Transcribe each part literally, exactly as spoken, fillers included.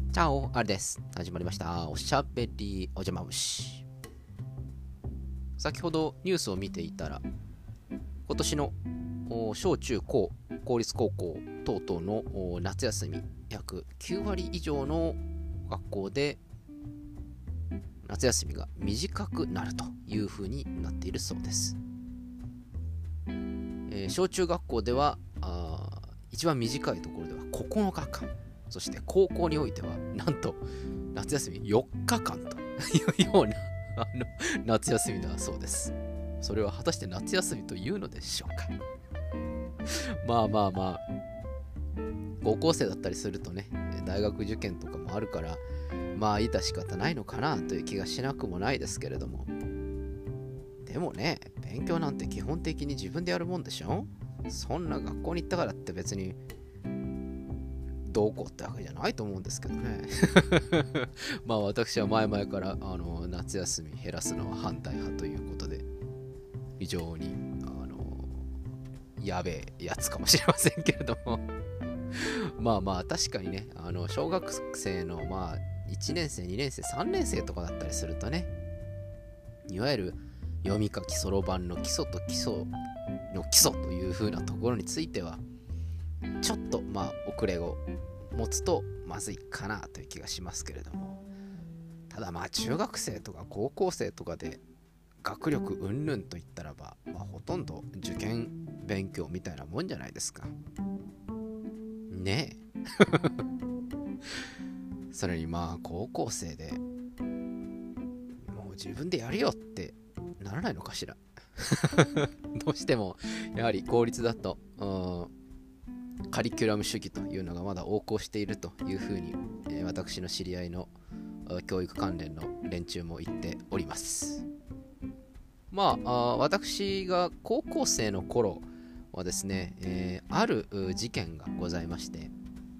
チャオ、あれです。始まりました。おしゃべりおじゃま虫。先ほどニュースを見ていたら、今年の小中高、公立高校等々の夏休み、約きゅうわり以上の学校で夏休みが短くなるという風になっているそうです。えー小中学校ではあ一番短いところではここのかかん、そして高校においてはなんと夏休みよっかかんというようなあの夏休みだそうです。それは果たして夏休みというのでしょうか。まあまあまあ、高校生だったりするとね、大学受験とかもあるから、まあ致し方ないのかなという気がしなくもないですけれども、でもね、勉強なんて基本的に自分でやるもんでしょ。そんな学校に行ったからって別にどうこうってわけじゃないと思うんですけどね。まあ私は前々からあの夏休み減らすのは反対派ということで、非常にあのやべえやつかもしれませんけれども。まあまあ確かにね、あの小学生のまあいちねん生にねん生さんねん生とかだったりするとね、いわゆる読み書きそろばんの基礎と基礎の基礎という風なところについてはちょっとまあ遅れを持つとまずいかなという気がしますけれども、ただまあ中学生とか高校生とかで学力云々といったらば、まあ、ほとんど受験勉強みたいなもんじゃないですかねえ。それにまあ高校生でもう自分でやるよってならないのかしら。どうしてもやはり公立だとカリキュラム主義というのがまだ横行しているというふうに、えー私の知り合いの教育関連の連中も言っております。まあ、あ私が高校生の頃はですね、えーあるう事件がございまして、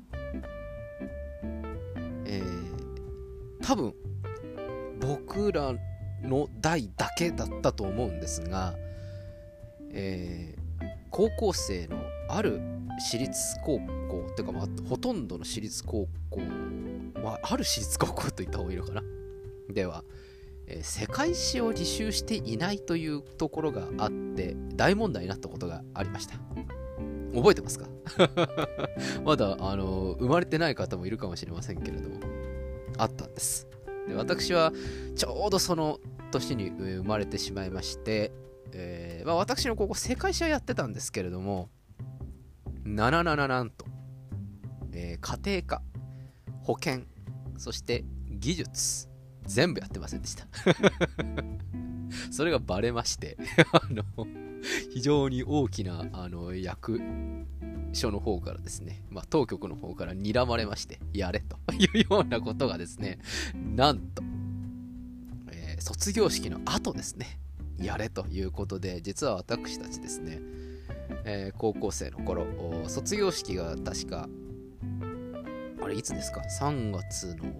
えー多分僕らの代だけだったと思うんですが、えー高校生のある私立高校というか、まあ、ほとんどの私立高校、まあ、ある私立高校といった方がいいのかな、では、えー世界史を履修していないというところがあって大問題になったことがありました。覚えてますか？まだ、あのー生まれてない方もいるかもしれませんけれども、あったんです。で、私はちょうどその年に生まれてしまいまして、えーまあ、私の高校世界史はやってたんですけれども、なななななんと、えー家庭科、保健、そして技術全部やってませんでした。それがバレまして、あの非常に大きなあの役所の方からですね、まあ、当局の方から睨まれまして、やれというようなことがですね、なんと、えー卒業式の後ですね、やれということで、実は私たちですね、えー高校生の頃、卒業式が確か、あれいつですか？ さん 月の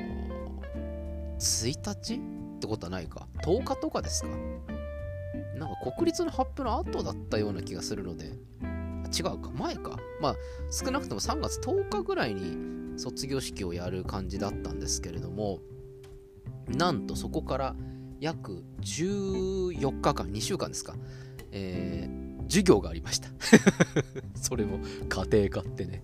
ついたちってことはないか、とおかとかですか？なんか国立の発表の後だったような気がするので、違うか、前か。まあ少なくともさんがつとおかぐらいに卒業式をやる感じだったんですけれども、なんとそこから約じゅうよっかかん、にしゅうかんですか、えー授業がありました。それも家庭科ってね。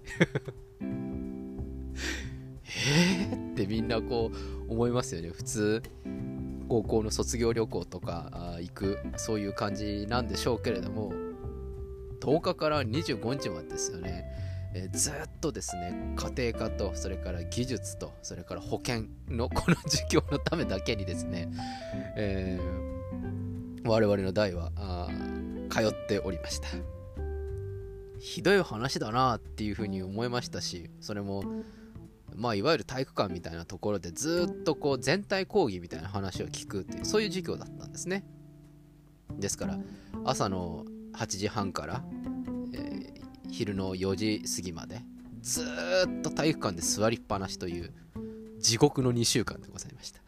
えーってみんなこう思いますよね。普通高校の卒業旅行とかあ行く、そういう感じなんでしょうけれども、とおかからにじゅうごにちまでですよね、えーずっとですね、家庭科とそれから技術とそれから保健のこの授業のためだけにですね、えー我々の代はあー通っておりました。ひどい話だなっていうふうに思いましたし、それもまあいわゆる体育館みたいなところでずっとこう全体講義みたいな話を聞くっていう、そういう授業だったんですね。ですから朝のはちじはんから、えー昼のよじ過ぎまでずーっと体育館で座りっぱなしという地獄のにしゅうかんでございました。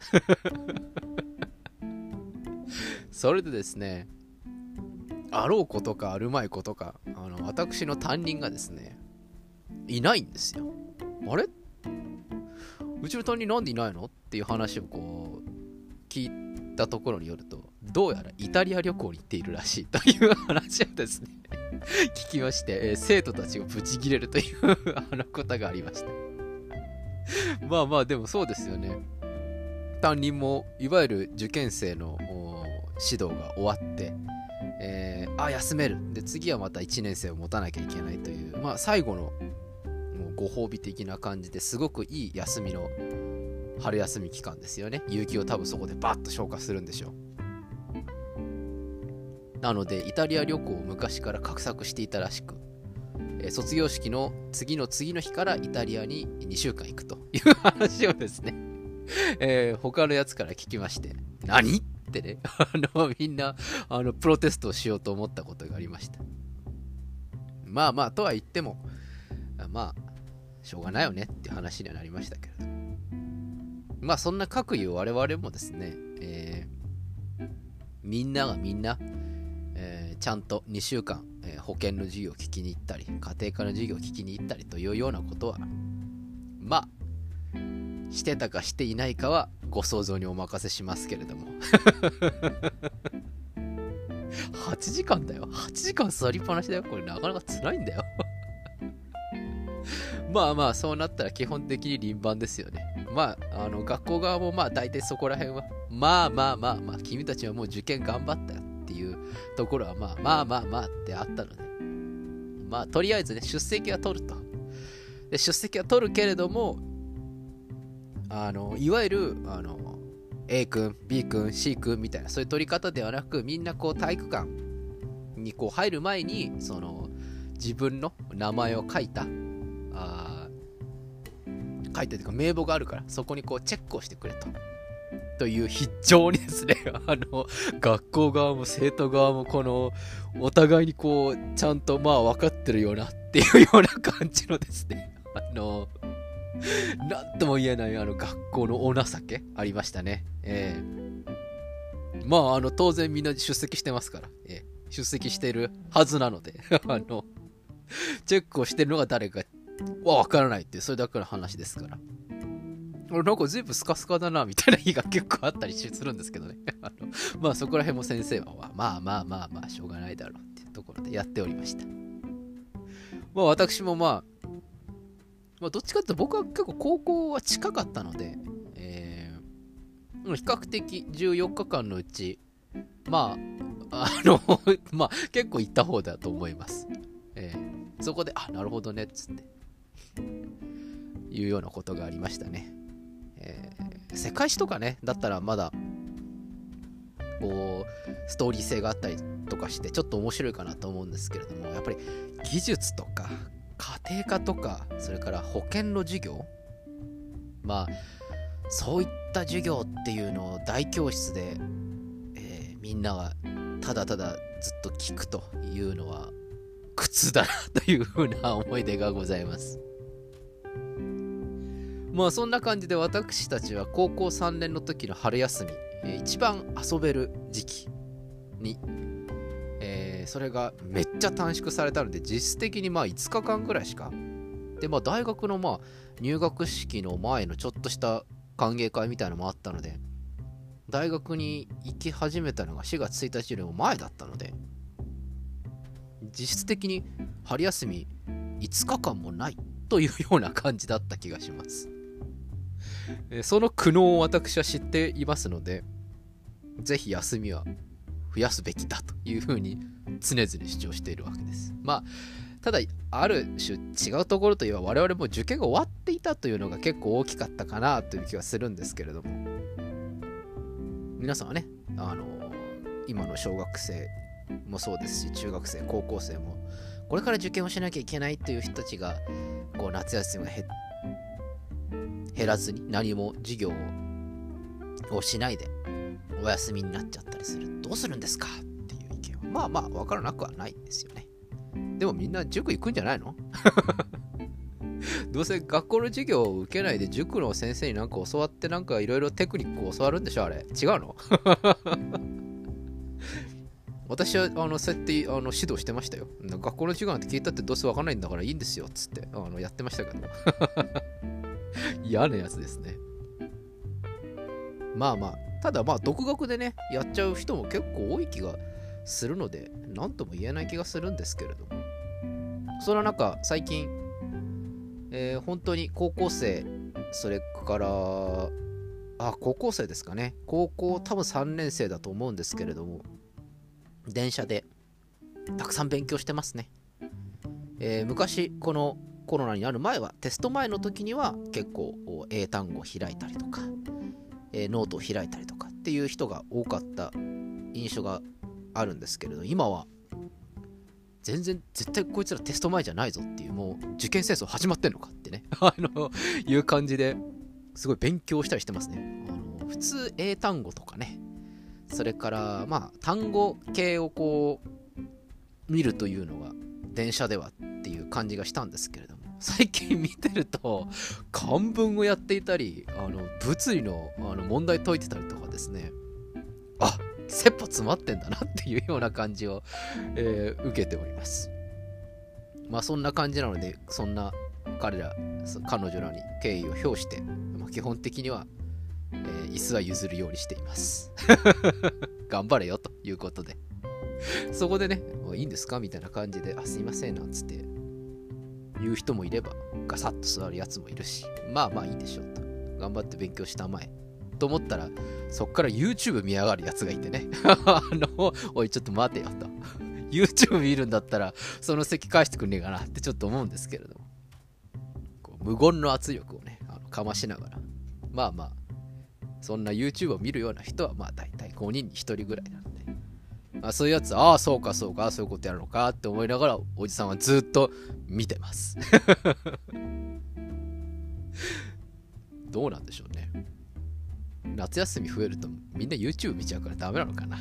それでですね、あろうことかあるまいことか、あの私の担任がですねいないんですよ。あれうちの担任なんでいないのっていう話をこう聞いたところによると、どうやらイタリア旅行に行っているらしいという話をですね聞きまして、えー、生徒たちがブチギレるというあのことがありました。まあまあでもそうですよね。担任もいわゆる受験生の指導が終わって、えー、あ休めるで次はまたいちねん生を持たなきゃいけないという、まあ最後のもうご褒美的な感じですごくいい休みの春休み期間ですよね。有給を多分そこでバッと消化するんでしょう。なのでイタリア旅行を昔から画策していたらしく、えー、卒業式の次の次の日からイタリアににしゅうかん行くという話をですね、えー、他のやつから聞きまして、何ってね、あのみんなあのプロテストをしようと思ったことがありました。まあまあとは言ってもまあしょうがないよねっていう話にはなりましたけれど、まあそんな各有我々もですね、えー、みんながみんな、えー、ちゃんとにしゅうかん、えー、保険の授業を聞きに行ったり家庭科の授業を聞きに行ったりというようなことはまあしてたかしていないかはご想像にお任せしますけれどもはちじかんだよ。はちじかん座りっぱなしだよ。これなかなか辛いんだよまあまあそうなったら基本的に輪番ですよね。まああの学校側もまあ大体そこら辺はまあまあまあまあ君たちはもう受験頑張ったよっていうところはまあまあまあまあってあったので、まあとりあえずね出席は取ると。で出席は取るけれども、あのいわゆるあの A 君 B 君 C 君みたいなそういう取り方ではなく、みんなこう体育館にこう入る前にその自分の名前を書いたあ書いてというか名簿があるから、そこにこうチェックをしてくれとという非常にですねあの学校側も生徒側もこのお互いにこうちゃんとまあ分かってるよなっていうような感じのですねあのなんとも言えないあの学校のお情けありましたね。えー、まああの当然みんな出席してますから、えー、出席してるはずなのであのチェックをしてるのが誰かはわからないっていうそれだけの話ですから。俺なんか随分スカスカだなみたいな日が結構あったりするんですけどねあのまあそこら辺も先生はまあまあまあまあしょうがないだろうっていうところでやっておりました。まあ私もまあまあ、どっちかっていうと僕は結構高校は近かったので、えー、比較的じゅうよっかかんのうちまああのまあ結構行った方だと思います。えー、そこであなるほどねっつっていうようなことがありましたね。えー、世界史とかねだったらまだこうストーリー性があったりとかしてちょっと面白いかなと思うんですけれども、やっぱり技術とか家庭科とかそれから保険の授業、まあそういった授業っていうのを大教室で、えー、みんながただただずっと聞くというのは苦痛だなというふうな思い出がございます。まあそんな感じで私たちは高校さんねんの時の春休み、えー、一番遊べる時期にえー、それがめっちゃ短縮されたので実質的にまあいつかかんぐらいしかで、まあ大学のまあ入学式の前のちょっとした歓迎会みたいなのもあったので、大学に行き始めたのがしがつついたちよりも前だったので、実質的に春休みいつかかんもないというような感じだった気がします。えー、その苦悩を私は知っていますので、ぜひ休みは増やすべきだというふうに常々主張しているわけです。まあただある種違うところといえば我々も受験が終わっていたというのが結構大きかったかなという気はするんですけれども、皆さんはねあの今の小学生もそうですし中学生高校生もこれから受験をしなきゃいけないという人たちがこう夏休みが減らずに何も授業をしないでお休みになっちゃったりする、どうするんですかっていう意見はまあまあ分からなくはないんですよね。でもみんな塾行くんじゃないのどうせ学校の授業を受けないで塾の先生になんか教わってなんかいろいろテクニックを教わるんでしょあれ。違うの私はあのそうやってあの指導してましたよ。学校の授業なんて聞いたってどうせ分かんないんだからいいんですよっつってあのやってましたけど嫌なやつですね。まあまあ、ただまあ独学でね、やっちゃう人も結構多い気がするので、なんとも言えない気がするんですけれども。その中、最近、えー本当に高校生、それから、あ、高校生ですかね。高校多分さんねん生だと思うんですけれども、電車でたくさん勉強してますね。えー昔、このコロナになる前は、テスト前の時には結構英単語を開いたりとか、えーノートを開いたりとかっていう人が多かった印象があるんですけれど、今は全然絶対こいつらテスト前じゃないぞっていう、もう受験戦争始まってんのかってねあのいう感じですごい勉強したりしてますね。あの普通英単語とかね、それからまあ単語系をこう見るというのが電車ではっていう感じがしたんですけれども、最近見てると漢文をやっていたり、あの物理の、あの問題解いてたりとかですね、あ、切羽詰まってんだなっていうような感じを、えー受けております。まあそんな感じなので、そんな彼ら彼女らに敬意を表して、まあ、基本的には、えー椅子は譲るようにしています頑張れよということで、そこでね、いいんですかみたいな感じで、あ、すいませんなんつって言う人もいれば、ガサッと座るやつもいるし、まあまあいいでしょうと、頑張って勉強したまえと思ったら、そっから YouTube 見やがるやつがいてねあの、おいちょっと待てよとYouTube 見るんだったらその席返してくんねえかなってちょっと思うんですけれども、こう無言の圧力をね、あのかましながら、まあまあそんな YouTube を見るような人はまあ大体ごにんにひとりぐらいなんで、まあ、そういうやつ、ああそうかそうか、そういうことやるのかって思いながら、おじさんはずっと見てますどうなんでしょうね。夏休み増えるとみんな YouTube 見ちゃうからダメなのかな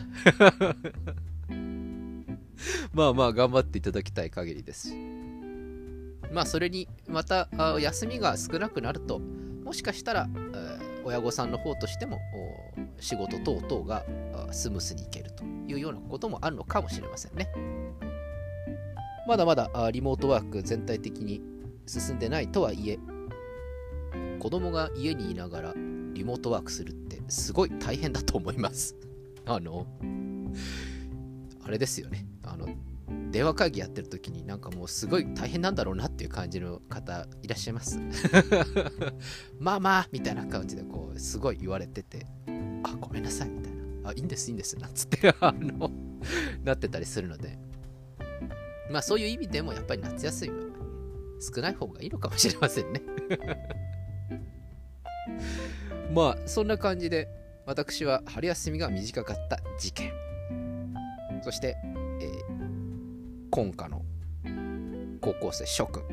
まあまあ頑張っていただきたい限りですし、まあそれにまたあ休みが少なくなると、もしかしたら、えー親御さんの方としてもお仕事等々があスムースにいけるというようなこともあるのかもしれませんね。まだまだあリモートワーク全体的に進んでないとはいえ、子供が家にいながらリモートワークするってすごい大変だと思いますあのあれですよね、あの電話会議やってる時になんかもうすごい大変なんだろうなっていう感じの方いらっしゃいますまあまあみたいな感じでこうすごい言われてて、あ、ごめんなさいみたいな、あ、いいんですいいんですなんつってあのなってたりするので、まあそういう意味でもやっぱり夏休みは少ない方がいいのかもしれませんねまあそんな感じで、私は春休みが短かった事件、そして、えー今夏の高校生諸君、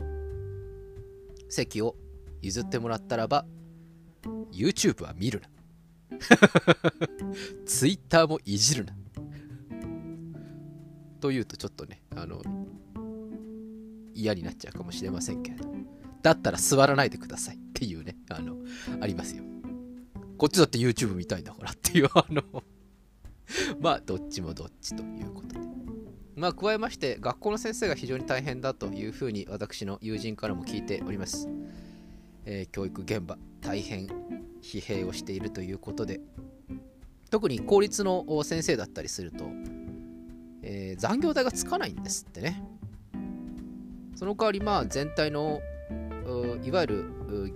席を譲ってもらったらば YouTube は見るなTwitter もいじるなというとちょっとね、あの嫌になっちゃうかもしれませんけれど、だったら座らないでくださいっていうね、あのありますよ。こっちだって YouTube 見たいんだからっていう、あのまあどっちもどっちということで、まあ加えまして学校の先生が非常に大変だというふうに私の友人からも聞いております。えー教育現場大変疲弊をしているということで、特に公立の先生だったりすると、えー残業代がつかないんですってね。その代わりまあ全体のういわゆるう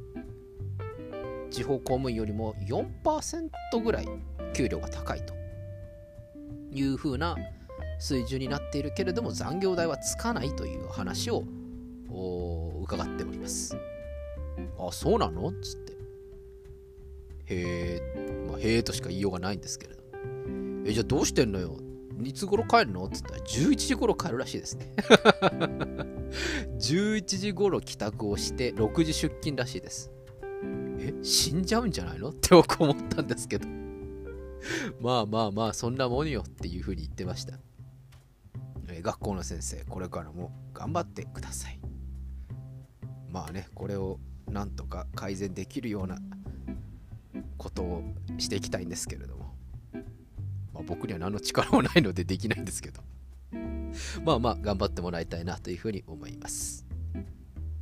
地方公務員よりも よんパーセント ぐらい給料が高いというふうな水準になっているけれども、残業代はつかないという話を伺っております。あ、そうなのつって、へえ、まあ、へえとしか言いようがないんですけれど、え、じゃあどうしてんのよ、いつ頃帰るのつったらじゅういちじ頃帰るらしいですねじゅういちじ頃帰宅をしてろくじ出勤らしいです。え、死んじゃうんじゃないのって僕思ったんですけどまあまあまあそんなもんよっていうふうに言ってました。えー学校の先生、これからも頑張ってください。まあね、これをなんとか改善できるようなことをしていきたいんですけれども、まあ、僕には何の力もないのでできないんですけどまあまあ頑張ってもらいたいなというふうに思います。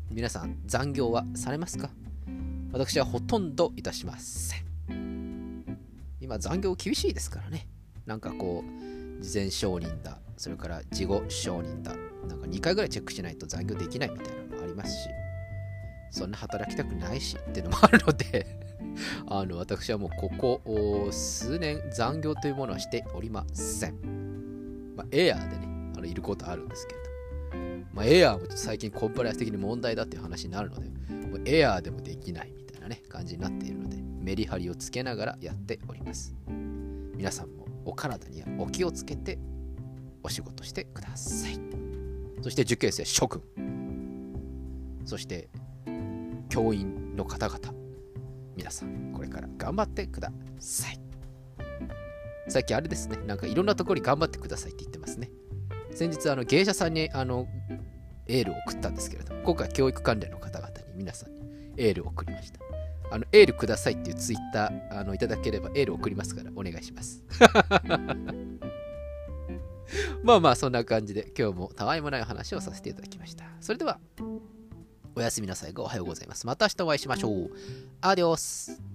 皆さん残業はされますか？私はほとんどいたしません。今残業厳しいですからね。なんかこう事前承認だ、それから事後承認だ、なんかにかいぐらいチェックしないと残業できないみたいなのもありますし、そんな働きたくないしっていうのもあるのであの私はもうここ数年残業というものはしておりません。まあ、エアーでねあのいることあるんですけれど、まあ、エアーも最近コンプライアンス的に問題だっていう話になるので、もうエアーでもできないみたいなね感じになっているので、メリハリをつけながらやっております。皆さんもお体にはお気をつけてお仕事してください。そして受験生諸君、そして教員の方々、皆さんこれから頑張ってください。最近あれですね、なんかいろんなところに頑張ってくださいって言ってますね。先日あの芸者さんにあのエールを送ったんですけれども、今回教育関連の方々に皆さんにエールを送りました。あのエールくださいっていうツイッターあのいただければエールを送りますからお願いしますまあまあそんな感じで今日もたわいもない話をさせていただきました。それではおやすみなさいがおはようございます。また明日お会いしましょう。アディオス。